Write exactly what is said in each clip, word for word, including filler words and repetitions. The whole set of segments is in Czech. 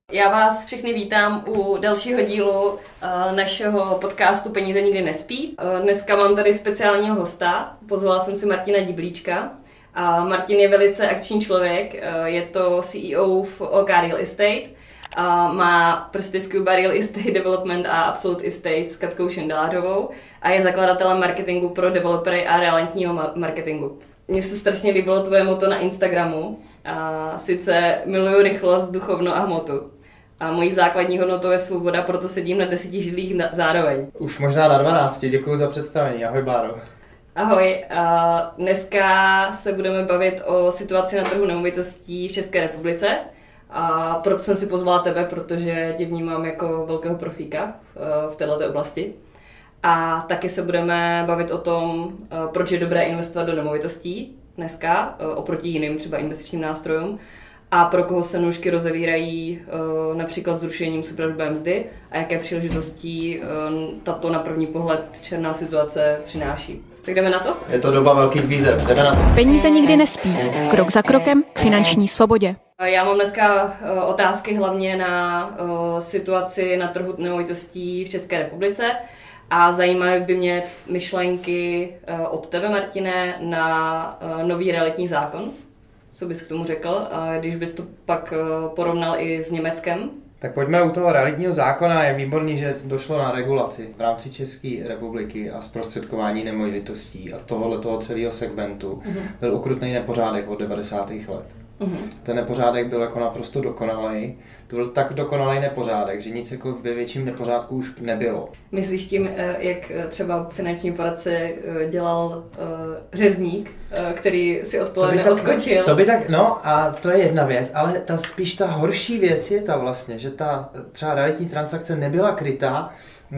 Já vás všechny vítám u dalšího dílu uh, našeho podcastu Peníze nikdy nespí. Uh, dneska mám tady speciálního hosta, pozvala jsem si Martina Diblíčka. A Martin je velice akční člověk, uh, je to C E O v O K Real Estate, uh, má prsty v Cuba Real Estate Development a Absolute Estate s Katkou Šendelářovou a je zakladatelem marketingu pro developery a relevantního ma- marketingu. Mně se strašně líbilo tvoje motto na Instagramu, a sice miluju rychlost, duchovno a hmotu. A mojí základní hodnotou je svoboda, proto sedím na deseti židlích na, zároveň. Už možná na dvanácti, děkuji za představení. Ahoj Báro. Ahoj, a dneska se budeme bavit o situaci na trhu nemovitostí v České republice. A proto jsem si pozvala tebe, protože tě vnímám jako velkého profíka v této oblasti. A taky se budeme bavit o tom, proč je dobré investovat do nemovitostí dneska, oproti jiným třeba investičním nástrojům. A pro koho se nůžky rozevírají uh, například zrušením superhrubé mzdy a jaké příležitosti uh, tato na první pohled černá situace přináší. Tak jdeme na to? Je to doba velkých výzev, jdeme na to. Peníze nikdy nespí. Krok za krokem k finanční svobodě. Já mám dneska uh, otázky hlavně na uh, situaci na trhu nemovitostí v České republice a zajímavé by mě myšlenky uh, od tebe, Martine, na uh, nový realitní zákon. Co bys k tomu řekl, když bys to pak porovnal i s Německem? Tak pojďme u toho realitního zákona. Je výborný, že došlo na regulaci v rámci České republiky a zprostředkování nemovitostí a tohohle toho celého segmentu. Uh-huh. Byl ukrutný nepořádek od devadesátých let. Uh-huh. Ten nepořádek byl jako naprosto dokonalý. To byl tak dokonalý nepořádek, že nic jako ve větším nepořádku už nebylo. Myslíš tím, jak třeba finanční poradce dělal řezník, který si odpoledne to odskočil? To by tak, no a to je jedna věc, ale ta spíš ta horší věc je ta vlastně, že ta třeba realitní transakce nebyla krytá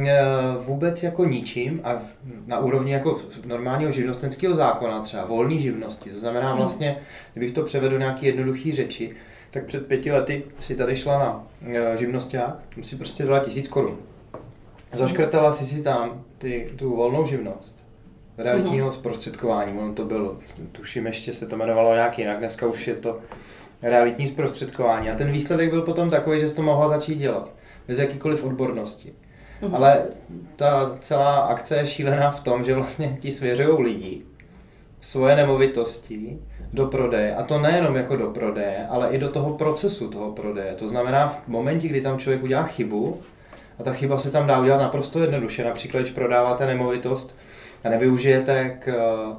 vůbec jako ničím a na úrovni jako normálního živnostenského zákona, třeba volné živnosti. To znamená vlastně, kdybych to převedl do nějaké jednoduché řeči, tak před pěti lety si tady šla na živnosťák, si prostě dala tisíc korun. Zaškrtala si si tam ty, tu volnou živnost realitního zprostředkování. Ono to bylo, tuším, ještě se to jmenovalo nějak jinak, dneska už je to realitní zprostředkování. A ten výsledek byl potom takový, že jsi to mohla začít dělat, bez jakýkoliv odbornosti. Uhum. Ale ta celá akce je šílená v tom, že vlastně ti svěřují lidi svoje nemovitosti do prodeje. A to nejenom jako do prodeje, ale i do toho procesu toho prodeje. To znamená v momentě, kdy tam člověk udělá chybu, a ta chyba se tam dá udělat naprosto jednoduše. Například, když prodáváte nemovitost a nevyužijete k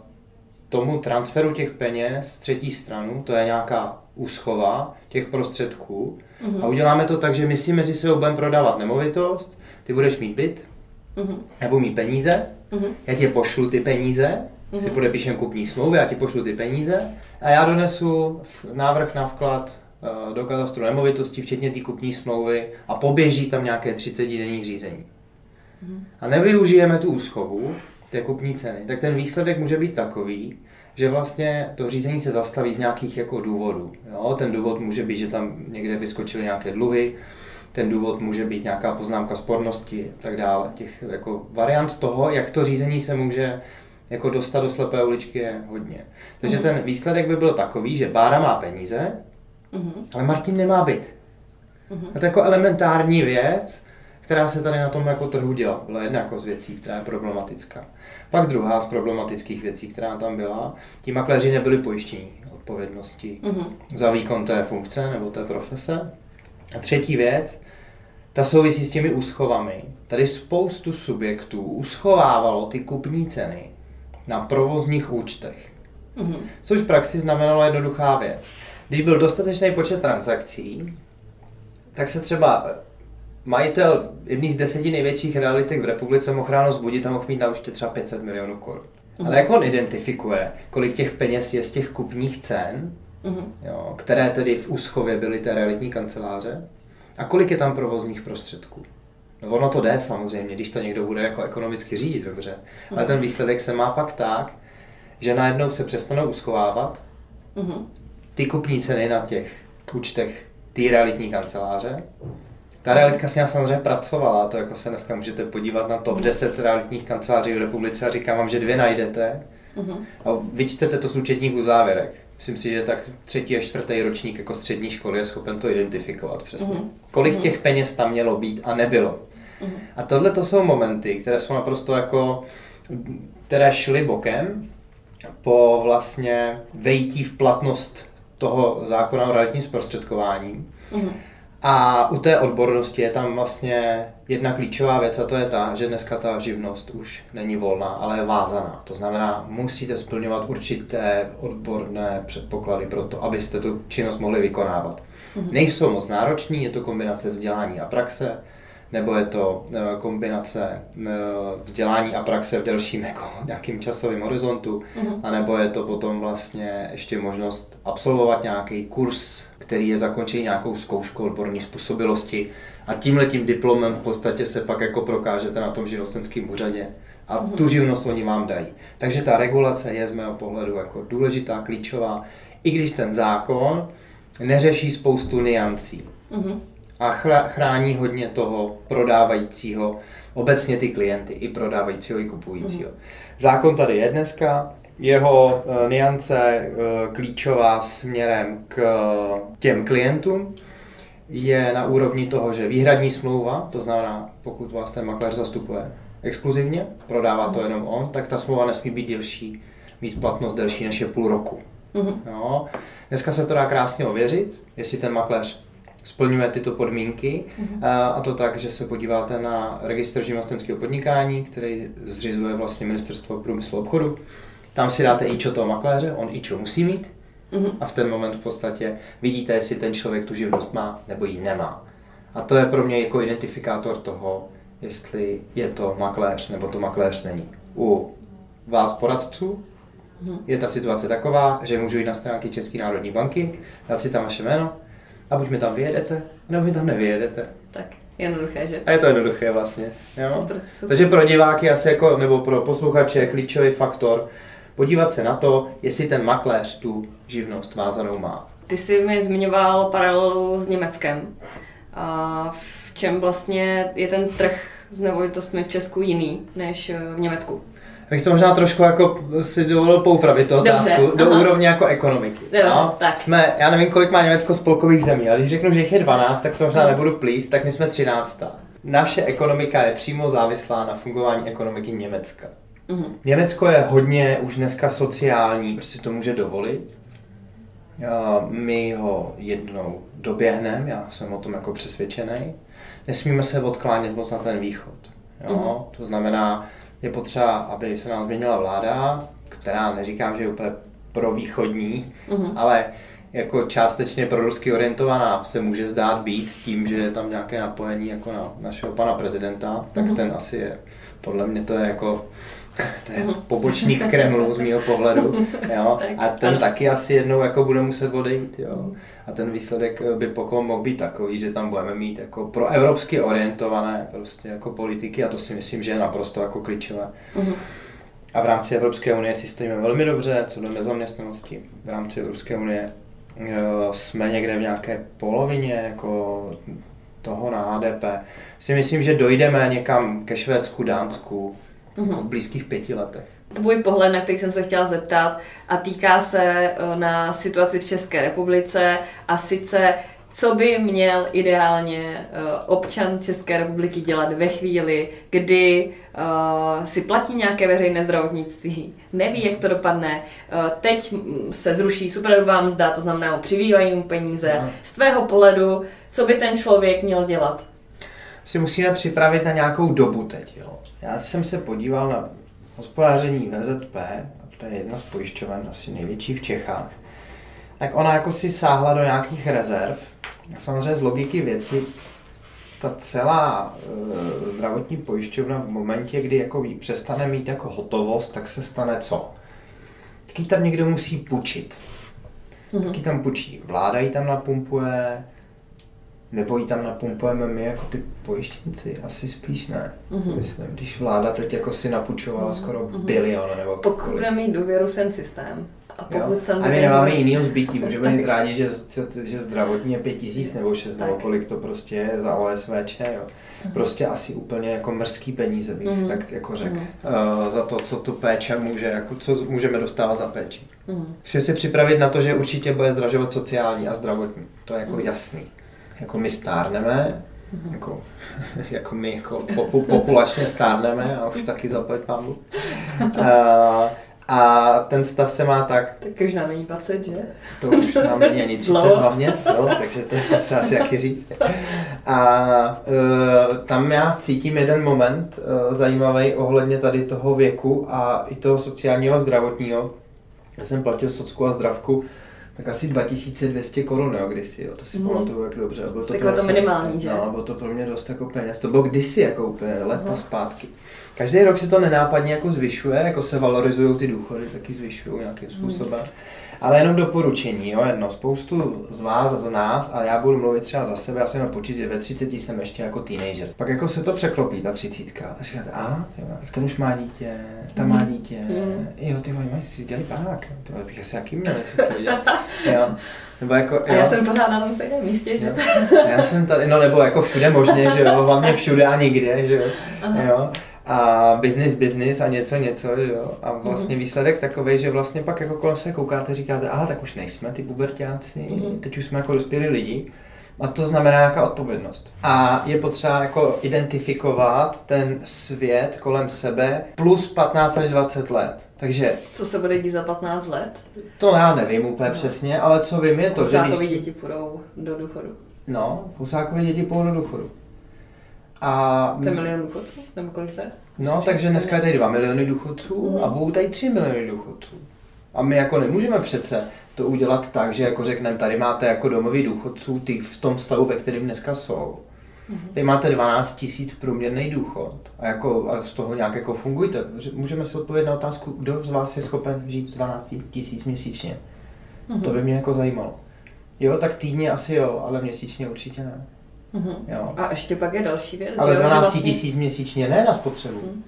tomu transferu těch peněz z třetí stranu, to je nějaká úschova těch prostředků. Uhum. A uděláme to tak, že my si mezi sebou budeme prodávat nemovitost, ty budeš mít byt, uh-huh. nebo mít peníze, uh-huh. já ti pošlu ty peníze, uh-huh. si podepíšem kupní smlouvy, já ti pošlu ty peníze a já donesu návrh na vklad uh, do katastru nemovitostí, včetně té kupní smlouvy a poběží tam nějaké třicetidenní řízení. Uh-huh. A nevyužijeme tu úschovu, té kupní ceny, tak ten výsledek může být takový, že vlastně to řízení se zastaví z nějakých jako důvodů. Jo? Ten důvod může být, že tam někde vyskočily nějaké dluhy, ten důvod může být nějaká poznámka spornosti a tak dále. Těch jako variant toho, jak to řízení se může jako dostat do slepé uličky, je hodně. Takže uh-huh. ten výsledek by byl takový, že Bára má peníze, uh-huh. ale Martin nemá byt. Uh-huh. A to je jako elementární věc, která se tady na tom jako trhu dělá. Byla jedna jako z věcí, která je problematická. Pak druhá z problematických věcí, která tam byla, ti makléři nebyli pojištění odpovědnosti uh-huh. za výkon té funkce nebo té profese. A třetí věc, ta souvisí s těmi úschovami. Tady spoustu subjektů uschovávalo ty kupní ceny na provozních účtech. Mm-hmm. Což v praxi znamenalo jednoduchá věc. Když byl dostatečný počet transakcí, tak se třeba majitel jedný z deseti největších realitek v republice mohl ráno zbudit a mohl mít na účtě třeba pět set milionů korun. Mm-hmm. Ale jak on identifikuje, kolik těch peněz je z těch kupních cen, mm-hmm. jo, které tedy v úschově byly té realitní kanceláře, a kolik je tam provozních prostředků. No ono to jde samozřejmě, když to někdo bude jako ekonomicky řídit dobře, mm-hmm. ale ten výsledek se má pak tak, že najednou se přestanou uschovávat mm-hmm. ty kupní ceny na těch účtech té realitní kanceláře. Ta realitka s ním samozřejmě pracovala, to jako se dneska můžete podívat na top deset realitních kanceláří v republice a říkám vám, že dvě najdete mm-hmm. a vyčtete to z účetních uzávěrek. myslím si, že tak třetí a čtvrtý ročník jako střední školy je schopen to identifikovat přesně. Mm-hmm. Kolik těch peněz tam mělo být a nebylo. Mm-hmm. A tohle to jsou momenty, které jsou naprosto jako, které šly bokem po vlastně vejítí v platnost toho zákona o realitním zprostředkování. Mm-hmm. A u té odbornosti je tam vlastně jedna klíčová věc a to je ta, že dneska ta živnost už není volná, ale je vázaná. To znamená, musíte splňovat určité odborné předpoklady pro to, abyste tu činnost mohli vykonávat. Mm-hmm. Nejsou moc nároční, je to kombinace vzdělání a praxe, nebo je to kombinace vzdělání a praxe v delším jako nějakým časovým horizontu, mm-hmm. anebo je to potom vlastně ještě možnost absolvovat nějaký kurz, který je zakončený nějakou zkouškou odborné způsobilosti a tímhletím diplomem v podstatě se pak jako prokážete na tom živnostenském úřadě a mm-hmm. tu živnost oni vám dají. Takže ta regulace je z mého pohledu jako důležitá, klíčová, i když ten zákon neřeší spoustu niancí. Mm-hmm. A chrání hodně toho prodávajícího, obecně ty klienty, i prodávajícího, i kupujícího. Zákon tady je dneska, jeho uh, niance uh, klíčová směrem k uh, těm klientům je na úrovni toho, že výhradní smlouva, to znamená, pokud vás ten makléř zastupuje exkluzivně, prodává to jenom on, tak ta smlouva nesmí být delší, mít platnost delší než je půl roku. Mm-hmm. No. Dneska se to dá krásně ověřit, jestli ten makléř splňuje tyto podmínky, mm-hmm. a to tak, že se podíváte na registr živnostenského podnikání, který zřizuje vlastně Ministerstvo průmyslu a obchodu. Tam si dáte ičo toho makléře, on ičo musí mít mm-hmm. a v ten moment v podstatě vidíte, jestli ten člověk tu živnost má nebo ji nemá. A to je pro mě jako identifikátor toho, jestli je to makléř nebo to makléř není. U vás poradců mm-hmm. je ta situace taková, že můžu jít na stránky České národní banky, dát si tam vaše jméno, a buď mi tam vyjedete, nebo mi tam nevyjedete. Tak, jednoduché, že? A je to jednoduché vlastně. Jo? Super, super. Takže pro diváky asi jako, nebo pro posluchače je klíčový faktor podívat se na to, jestli ten makléř tu živnost vázanou má. Ty jsi mi zmiňoval paralelu s Německem. A v čem vlastně je ten trh s nemovitostmi v Česku jiný než v Německu? Bych to možná trošku jako si dovolil poupravit tu otázku. Dobře, do aha. úrovně jako ekonomiky. Dobře, no? Tak. Jsme, já nevím, kolik má Německo spolkových zemí, ale když řeknu, že jich je dvanáct, tak se možná nebudu plíst, tak my jsme třináctá. Naše ekonomika je přímo závislá na fungování ekonomiky Německa. Uh-huh. Německo je hodně už dneska sociální, protože si to může dovolit. My ho jednou doběhneme, já jsem o tom jako přesvědčený. Nesmíme se odklánět moc na ten východ. Jo? Uh-huh. To znamená, je potřeba, aby se nám změnila vláda, která neříkám, že je úplně provýchodní, uh-huh. ale jako částečně prorusky orientovaná se může zdát být tím, že je tam nějaké napojení jako na našeho pana prezidenta, tak uh-huh. ten asi je, podle mě to je jako to je uh-huh. pobočník Kremlu z mého pohledu, jo? A ten taky asi jednou jako bude muset odejít, jo? Uh-huh. A ten výsledek by pokud mohl být takový, že tam budeme mít jako proevropsky orientované prostě jako politiky a to si myslím, že je naprosto jako klíčové. Uh-huh. A v rámci Evropské unie si stojíme velmi dobře, co do nezaměstnanosti. V rámci Evropské unie jsme někde v nějaké polovině jako toho na H D P. Si myslím, že dojdeme někam ke Švédsku, Dánsku uh-huh. jako v blízkých pěti letech. Tvůj pohled, na který jsem se chtěla zeptat, a týká se na situaci v České republice a sice, co by měl ideálně občan České republiky dělat ve chvíli, kdy uh, si platí nějaké veřejné zdravotnictví, neví, jak to dopadne, uh, teď se zruší superhrubá mzda, to znamená, přibývají mu peníze. No. Z tvého pohledu, co by ten člověk měl dělat? Si musíme připravit na nějakou dobu teď. Jo. Já jsem se podíval na hospodaření V Z P, to je jedna z pojišťoven, asi největší v Čechách, tak ona jako si sáhla do nějakých rezerv. Samozřejmě z logiky věci, ta celá e, zdravotní pojišťovna v momentě, kdy jako přestane mít jako hotovost, tak se stane co? Taky tam někdo musí půjčit. Mm-hmm. Taky tam půjčí. Vláda ji tam napumpuje, nebo ji tam napumpujeme my jako ty pojištěnci? Asi spíš ne. Mm-hmm. Myslím, když vláda teď jako si napůjčovala mm-hmm. skoro bilion nebo pokud bude mít důvěru v ten systém A, pokud tam a my nemáme jinýho zbytí, můžeme mít rádi, že, že zdravotní je pět tisíc nebo šest, nebo kolik to prostě je za O S V Č, jo. Prostě asi úplně jako mrzký peníze bych mm. tak jako řekl. Mm. Uh, za to, co tu péče může, jako co můžeme dostávat za péči. Mm. Chci si připravit na to, že určitě bude zdražovat sociální a zdravotní. To je jako mm. jasný. Jako my stárneme, mm. jako, jako my jako popu, populačně stárneme a už taky zaplať pámu. Uh, A ten stav se má tak... Tak už nám není dvacet, že? To už nám není ani třicet hlavně, jo, takže to je třeba si jaký říct. A e, tam já cítím jeden moment e, zajímavý ohledně tady toho věku a i toho sociálního a zdravotního. Já jsem platil socku a zdravku tak asi dva tisíce dvě stě korun, jo, kdysi, jo, to si mm. pamatuju jak dobře. Bylo to takhle to minimální, dost, že? No, bylo to pro mě dost jako peněz, to bylo kdysi jako úplně leta mm. zpátky. Každý rok se to nenápadně jako zvyšuje, jako se valorizují ty důchody, taky zvyšují nějakým způsobem. Mm. Ale jenom doporučení, jo, jedno, spoustu z vás a z nás, a já budu mluvit třeba za sebe, já jsem měl počít, že ve třiceti jsem ještě jako teenager. Pak jako se to překlopí, ta třicítka, a říkáte, a, ten už má dítě, ta má dítě, mm. jo, ty oni mají si dělají panák, to bych asi jaký měl něco povědět, jo. Nebo jako, jo. A já jsem pořád na tom stejném místě, že? Já jsem tady, no nebo jako všude možně, že jo, hlavně všude a nikde, že jo, jo. A business, business a něco, něco, jo. A vlastně mm-hmm. výsledek takovej, že vlastně pak jako kolem se koukáte, říkáte, aha, tak už nejsme ty puberťáci, mm-hmm. teď už jsme jako dospělí lidi. A to znamená nějaká odpovědnost. A je potřeba jako identifikovat ten svět kolem sebe plus patnáct až dvacet let. Takže... Co se bude dít za patnáct let? To já nevím úplně no. přesně, ale co vím je to, Husákovi že když... děti půjdou do důchodu. No, Husákovi děti půjdou do důchodu. A... To je milion důchodců? Nebo kolik to je? No, takže dneska je tady dva miliony důchodců mm. a budou tady tři miliony důchodců. A my jako nemůžeme přece to udělat tak, že jako řekneme, tady máte jako domový důchodců ty v tom stavu, ve kterém dneska jsou. Mm. Tady máte dvanáct tisíc průměrný důchod a, jako, a z toho nějak jako fungujte. Můžeme si odpovědět na otázku, kdo z vás je schopen žít dvanáct tisíc měsíčně. Mm. To by mě jako zajímalo. Jo, tak týdně asi jo, ale měsíčně určitě ne. Mm-hmm. Jo. A ještě pak je další věc. Ale dvanáct tisíc vlastně... měsíčně, ne na spotřebu, mm.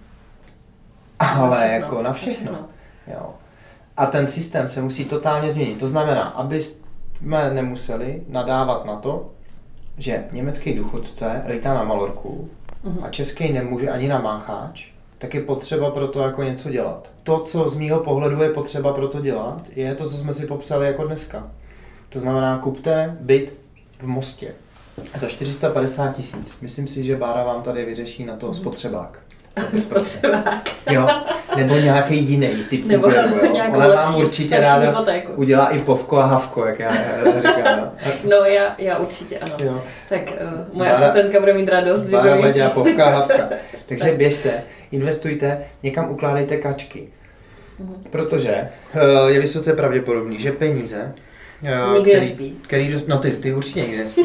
ale na všechno, jako na všechno. Na všechno. Jo. A ten systém se musí totálně změnit. To znamená, aby jsme nemuseli nadávat na to, že německý důchodce lítá na Malorku mm. a český nemůže ani na Mácháč, tak je potřeba pro to jako něco dělat. To, co z mýho pohledu je potřeba pro to dělat, je to, co jsme si popsali jako dneska. To znamená, kupte byt v Mostě za čtyři sta padesát tisíc. Myslím si, že Bára vám tady vyřeší na to spotřebák. Spotřebák. Jo, nebo nějaký jiný typ nebo úvěru, jo. Ona vám určitě ráda hypotéku. Udělá i povko a havko, jak já říkám. Jo. No já, já určitě ano. Jo. Tak uh, moje Bára, asistentka bude mít radost, že bude mít povka a havka. Takže běžte, investujte, někam ukládejte kačky. Mhm. Protože uh, je vysoce pravděpodobný, že peníze, uh, nikdy který, nespí. Který, no ty, ty určitě nikdy nespí.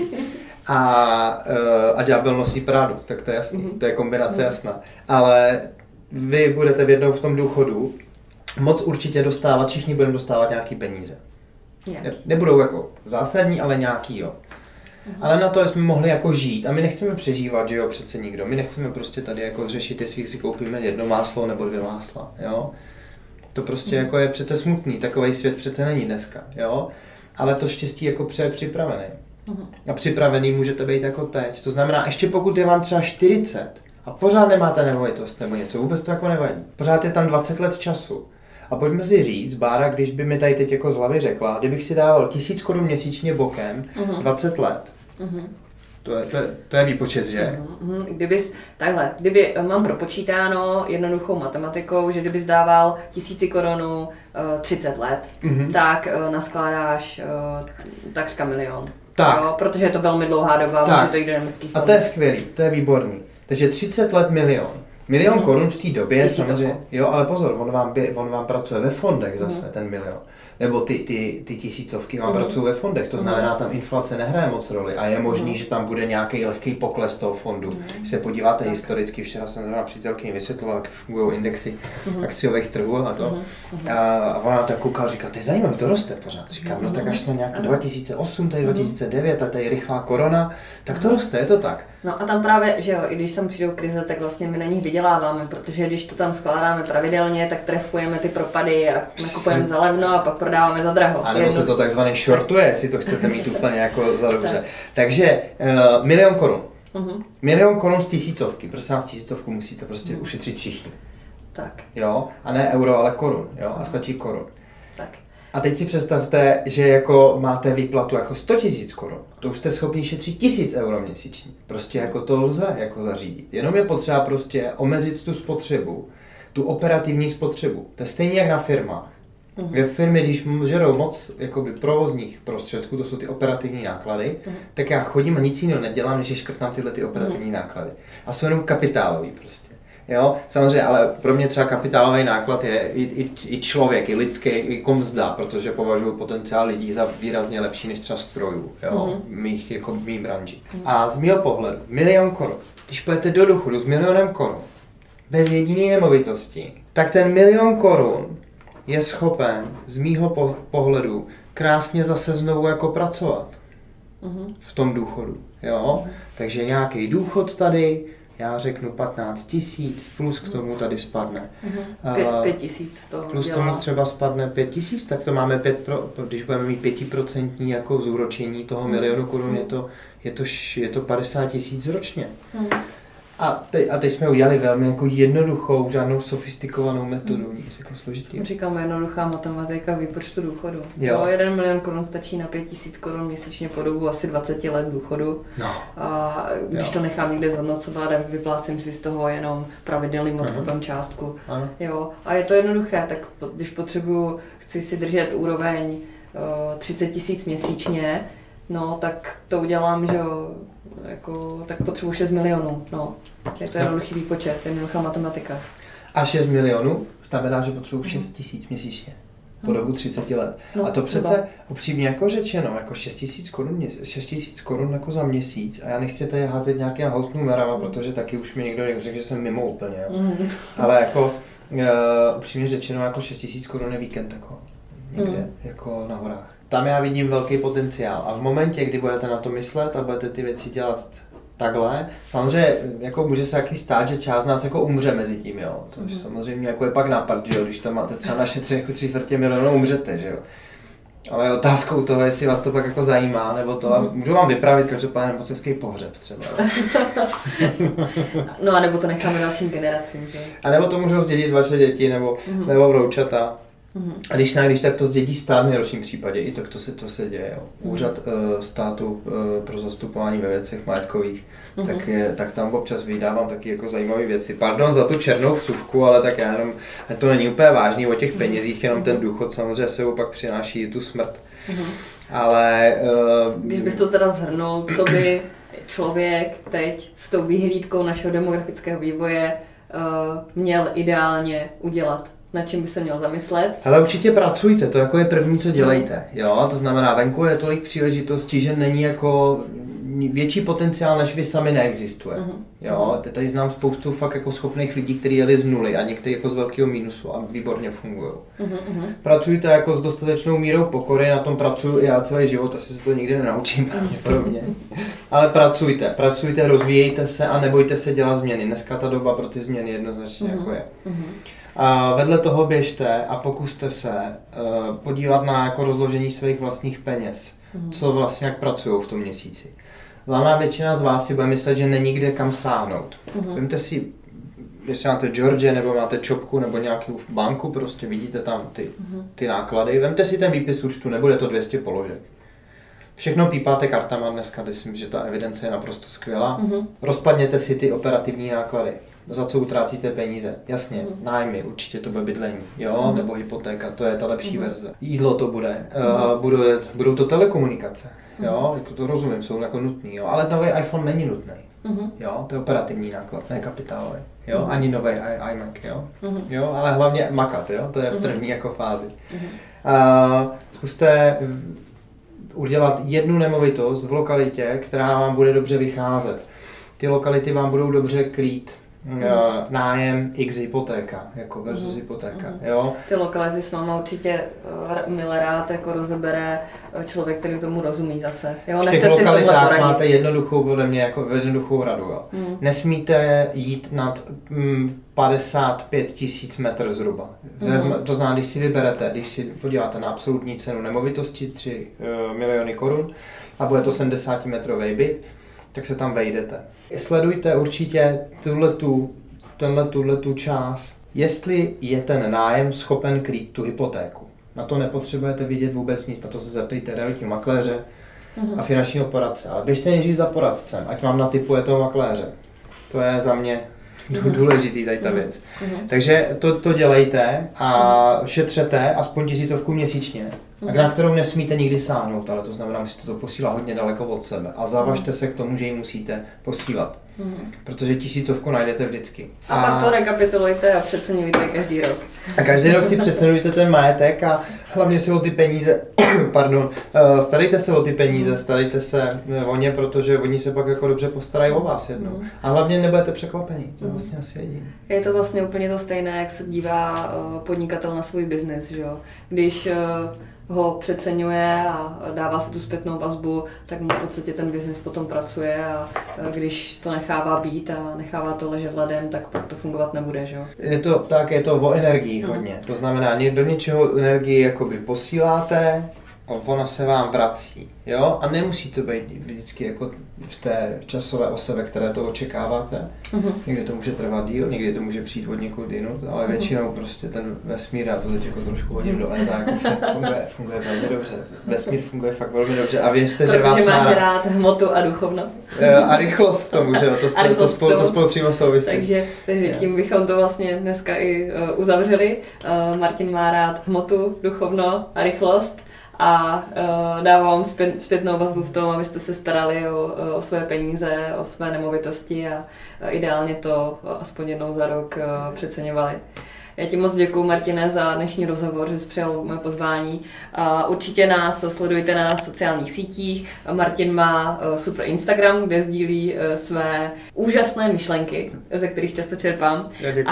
A, a ďábel nosí Prádu, tak to je jasný, mm-hmm. to je kombinace mm-hmm. jasná. Ale vy budete v jednou v tom důchodu moc určitě dostávat, všichni budeme dostávat nějaký peníze. Ne, nebudou jako zásadní, ale nějaký, jo. Mm-hmm. Ale na to jsme mohli jako žít a my nechceme přežívat, že jo, přece nikdo. My nechceme prostě tady jako řešit, jestli si koupíme jedno máslo nebo dvě másla, jo. To prostě mm-hmm. jako je přece smutný, takovej svět přece není dneska, jo. Ale to štěstí jako pře připravený. A připravený můžete být jako teď. To znamená, ještě pokud je vám třeba čtyřicet a pořád nemáte nemovitost nebo něco, vůbec to jako nevadí. Pořád je tam dvacet let času. A pojďme si říct, Bára, když by mi tady teď jako z hlavy řekla, kdybych si dával tisíc korun měsíčně bokem, uh-huh. dvacet let, uh-huh. to, je, to, je, to je výpočet, že? Uh-huh. Kdybys, takhle, kdyby mám propočítáno jednoduchou matematikou, že kdybys dával tisíci korunu uh, třicet let, uh-huh. tak uh, naskládáš uh, takřka milion. Tak. Jo, protože je to velmi dlouhá doba, tak. Může to jít do německých fondů. A to je skvělý, to je výborný. Takže třicet let milion. Milion mm. korun v té době, Tisíc samozřejmě, jo, ale pozor, on vám, by, on vám pracuje ve fondech zase, mm. ten milion. Nebo ty, ty, ty tisícovky vám mm. pracují ve fondech, to znamená, tam inflace nehraje moc roli a je možný, mm. že tam bude nějaký lehký pokles toho fondu. Mm. Když se podíváte tak. historicky, včera jsem zrovna přítelkyni vysvětloval, jak fungují indexy mm. akciových trhů a to. Mm. A ona tak kouká a říká, to je zajímavé, to roste pořád. Říkám, no tak až na nějaký dva tisíce osm, tady dva tisíce devět a tady rychlá korona, tak to roste, je to tak. No a tam právě, že jo, i když tam přijdou krize, tak vlastně my na nich vyděláváme, protože když to tam skládáme pravidelně, tak trefujeme ty propady a nakupujeme za levno a pak prodáváme za draho. A nebo se to takzvaně shortuje, jestli to chcete mít úplně jako za dobře. Tak. Takže uh, milion korun. Uh-huh. Milion korun z tisícovky. Prosím vás, tisícovku musíte prostě uh-huh. ušetřit všichni. Tak. Jo? A ne euro, ale korun. Jo? A stačí korun. Tak. A teď si představte, že jako máte výplatu jako sto tisíc korun. To už jste schopni šetřit tisíc euro měsíčně. Prostě jako to lze jako zařídit. Jenom je potřeba prostě omezit tu spotřebu, tu operativní spotřebu. To je stejně jak na firmách. Uh-huh. Ve firmě, když žerou moc jakoby, provozních prostředků, to jsou ty operativní náklady, uh-huh. tak já chodím a nic jiného nedělám, než je škrtám tyhle ty operativní uh-huh. náklady. A jsou jenom kapitálový prostě. Jo, samozřejmě, ale pro mě třeba kapitálový náklad je i, i, i člověk, i lidský, i komzda, protože považuji potenciál lidí za výrazně lepší než třeba strojů, jo, mm-hmm. mých, jako v mý branži. Mm-hmm. A z mého pohledu, milion korun, když půjdete do důchodu s milionem korun, bez jediné nemovitosti, tak ten milion korun je schopen z mýho po- pohledu krásně zase znovu jako pracovat mm-hmm. v tom důchodu, jo. Mm-hmm. Takže nějaký důchod tady, já řeknu patnáct tisíc, plus k tomu tady spadne. Mm-hmm. Pět, pět tisíc to Plus dělá. tomu třeba spadne pět tisíc, tak to máme pět pro, když budeme mít pětiprocentní jako zúročení toho mm. milionu korun, mm. je, to, je, to, je to padesát tisíc ročně. Mm. A, te, a teď jsme udělali velmi jako jednoduchou, žádnou sofistikovanou metodu, mm. nic jako složitý. Říkáme jednoduchá matematika výpočtu důchodu. Jo. To jeden milion korun stačí na pět tisíc korun měsíčně po dobu asi dvacet let důchodu. No. A když jo. to nechám někde zhodnocovat a vyplácím si z toho jenom pravidelným odkupem částku. Ano. Jo. A je to jednoduché, tak když potřebuju, chci si držet úroveň uh, třicet tisíc měsíčně, no tak to udělám, že jo, jako, tak potřebuji šest milionů, no. Je to jednoduchý výpočet, jednoduchá matematika. A šest milionů znamená, že potřebuji šest tisíc měsíčně po dobu třicet let. No, a to přece třeba. Upřímně jako řečeno, jako šest tisíc korun, šest tisíc korun jako za měsíc a já nechci tady házet nějakým housným merama, mm. protože taky už mi někdo řekl, že jsem mimo úplně, jo. Mm. Ale jako uh, upřímně řečeno, jako šest tisíc korun je víkend jako někde, mm. jako na horách. Tam já vidím velký potenciál a v momentě, kdy budete na to myslet a budete ty věci dělat takhle, samozřejmě jako může se taky stát, že část nás jako umře mezi tím, jo. To mm. samozřejmě jako je pak napad, že jo, když tam máte třeba našetřit jako tři čtvrtě milionu, umřete, že jo. Ale je otázkou toho, jestli vás to pak jako zajímá, nebo to, a můžu vám vyprávět každopádně mocenský pohřeb třeba. No a nebo to necháme dalším generacím, že? A nebo to můžou zdědit vaše děti, nebo, mm. nebo vroučata. A když ne, když tak to zdědí stát v nejhorším případě, i tak to se, to se děje. Jo. Úřad uh, státu uh, pro zastupování ve věcech majetkových, mm-hmm. tak, je, tak tam občas vydávám taky jako zajímavé věci. Pardon za tu černou vsuvku, ale tak já jenom, to není úplně vážný o těch penězích, jenom ten důchod samozřejmě sebou pak přináší i tu smrt. Mm-hmm. Ale... Uh, když bys to teda shrnul, co by člověk teď s tou vyhlídkou našeho demografického vývoje uh, měl ideálně udělat? Na čím by se měl zamyslet? Ale určitě pracujte, to jako je první, co dělejte. Jo? To znamená, venku je tolik příležitostí, že není jako větší potenciál, než vy sami neexistuje. Uh-huh. Jo? Tady znám spoustu fakt jako schopných lidí, kteří jeli z nuly a někteří jako z velkého mínusu a výborně fungují. Uh-huh. Pracujte jako s dostatečnou mírou pokory, na tom pracuji já celý život, asi se to nikdy nenaučím pravděpodobně. Ale pracujte, pracujte, rozvíjejte se a nebojte se dělat změny. Dneska ta doba pro ty změny jednoznačně uh-huh. jako je. Uh-huh. A vedle toho běžte a pokuste se uh, podívat na jako rozložení svých vlastních peněz, mm. co vlastně jak pracují v tom měsíci. Valná většina z vás si bude myslet, že není kde kam sáhnout. Mm. Vemte si, jestli máte George nebo máte Čopku nebo nějakou banku, prostě vidíte tam ty, mm. ty náklady. Vemte si ten výpis účtu, nebude to dvě stě položek. Všechno pípáte kartama dneska, myslím, že ta evidence je naprosto skvělá. Mm. Rozpadněte si ty operativní náklady. Za co utrácíte peníze? Jasně, mm. nájmy, určitě to bude bydlení, jo, mm. nebo hypotéka, to je ta lepší mm. verze. Jídlo to bude, mm. uh, budou, budou to telekomunikace, jo, jako to rozumím, jsou jako nutný, jo, ale nový iPhone není nutný, mm. jo, to je operativní náklad, ne kapitálový, jo, mm. ani nový iMac, jo, mm. jo, ale hlavně makat, jo, to je v první jako fázi. Mm. Uh, zkuste udělat jednu nemovitost v lokalitě, která vám bude dobře vycházet. Ty lokality vám budou dobře krýt mm. nájem x hypotéka, jako versus mm. hypotéka, mm. jo. Ty lokality s váma určitě uh, milé rád jako rozebere člověk, který tomu rozumí zase. Jo, v těch lokalitách máte jednoduchou, podle mě, jako jednoduchou radu, jo. Mm. Nesmíte jít nad mm, padesát pět tisíc metrů zhruba. Mm. To znamená, když si vyberete, když si podíváte na absolutní cenu nemovitosti tři uh, miliony korun a bude to sedmdesátimetrový byt, tak se tam vejdete. Sledujte určitě tuhletu, tuhletu část, jestli je ten nájem schopen krýt tu hypotéku. Na to nepotřebujete vidět vůbec nic, na to se zeptejte realitního makléře mm. a finančního poradce. Ale běžte nejdřív za poradcem, ať vám natipuje toho makléře. To je za mě důležitý tady ta věc. Mm. Takže to, to dělejte a šetřete aspoň tisícovku měsíčně, mm. na kterou nesmíte nikdy sáhnout, ale to znamená, musíte to posílat hodně daleko od sebe a zavažte se k tomu, že ji musíte posílat. Mm. Protože tisícovku najdete vždycky. A, a pak to rekapitulujte a přeceňujte každý rok. A každý rok si přeceňujte ten majetek a hlavně si o ty peníze, pardon, starejte se o ty peníze, starejte se o ně, protože oni se pak jako dobře postarají o vás jednou. Mm. A hlavně nebudete překvapení, to je vlastně asi jediné. Je to vlastně úplně to stejné, jak se dívá podnikatel na svůj biznis, že jo. Když ho přeceňuje a dává si tu zpětnou vazbu, tak mu v podstatě ten biznis potom pracuje a když to nechává být a nechává to ležet ladem, tak pak to fungovat nebude, že jo? Je to tak, je to o energii hodně. To znamená, do něčeho energii jakoby posíláte, ona se vám vrací, jo? A nemusí to být vždycky jako v té časové ose, ve které to očekáváte. Uh-huh. Někdy to může trvat díl, někdy to může přijít od někud jinut, ale uh-huh. většinou prostě ten vesmír, já to teď jako trošku hodím do E S A, jako funguje, funguje velmi dobře. Vesmír funguje fakt velmi dobře a věřte, protože že vás máš má rád hmotu a duchovno. A rychlost k tomu, že jo? To, to, to, spolu, to spolu přímo souvisí. Takže, takže tím bychom to vlastně dneska i uh, uzavřeli. Uh, Martin má rád hmotu, duchovno a rychlost. A uh, dávám vám zpět, zpětnou vazbu v tom, abyste se starali o, o své peníze, o své nemovitosti a uh, ideálně to uh, aspoň jednou za rok uh, přeceňovali. Já ti moc děkuju, Martine, za dnešní rozhovor, že jsi přijal moje pozvání. Určitě nás sledujte na sociálních sítích. Martin má super Instagram, kde sdílí své úžasné myšlenky, ze kterých často čerpám.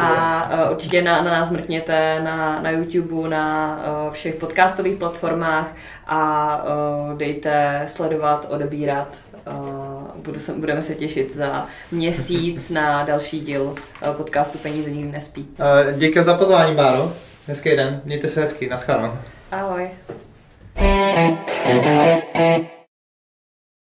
A určitě na, na nás mrkněte na, na YouTube, na všech podcastových platformách a dejte sledovat, odebírat. Budu se, budeme se těšit za měsíc na další díl podcastu Peníze nikdy nespí. Děkuji za pozvání, Báro. Hezký den, mějte se hezky, naschledanou. Ahoj.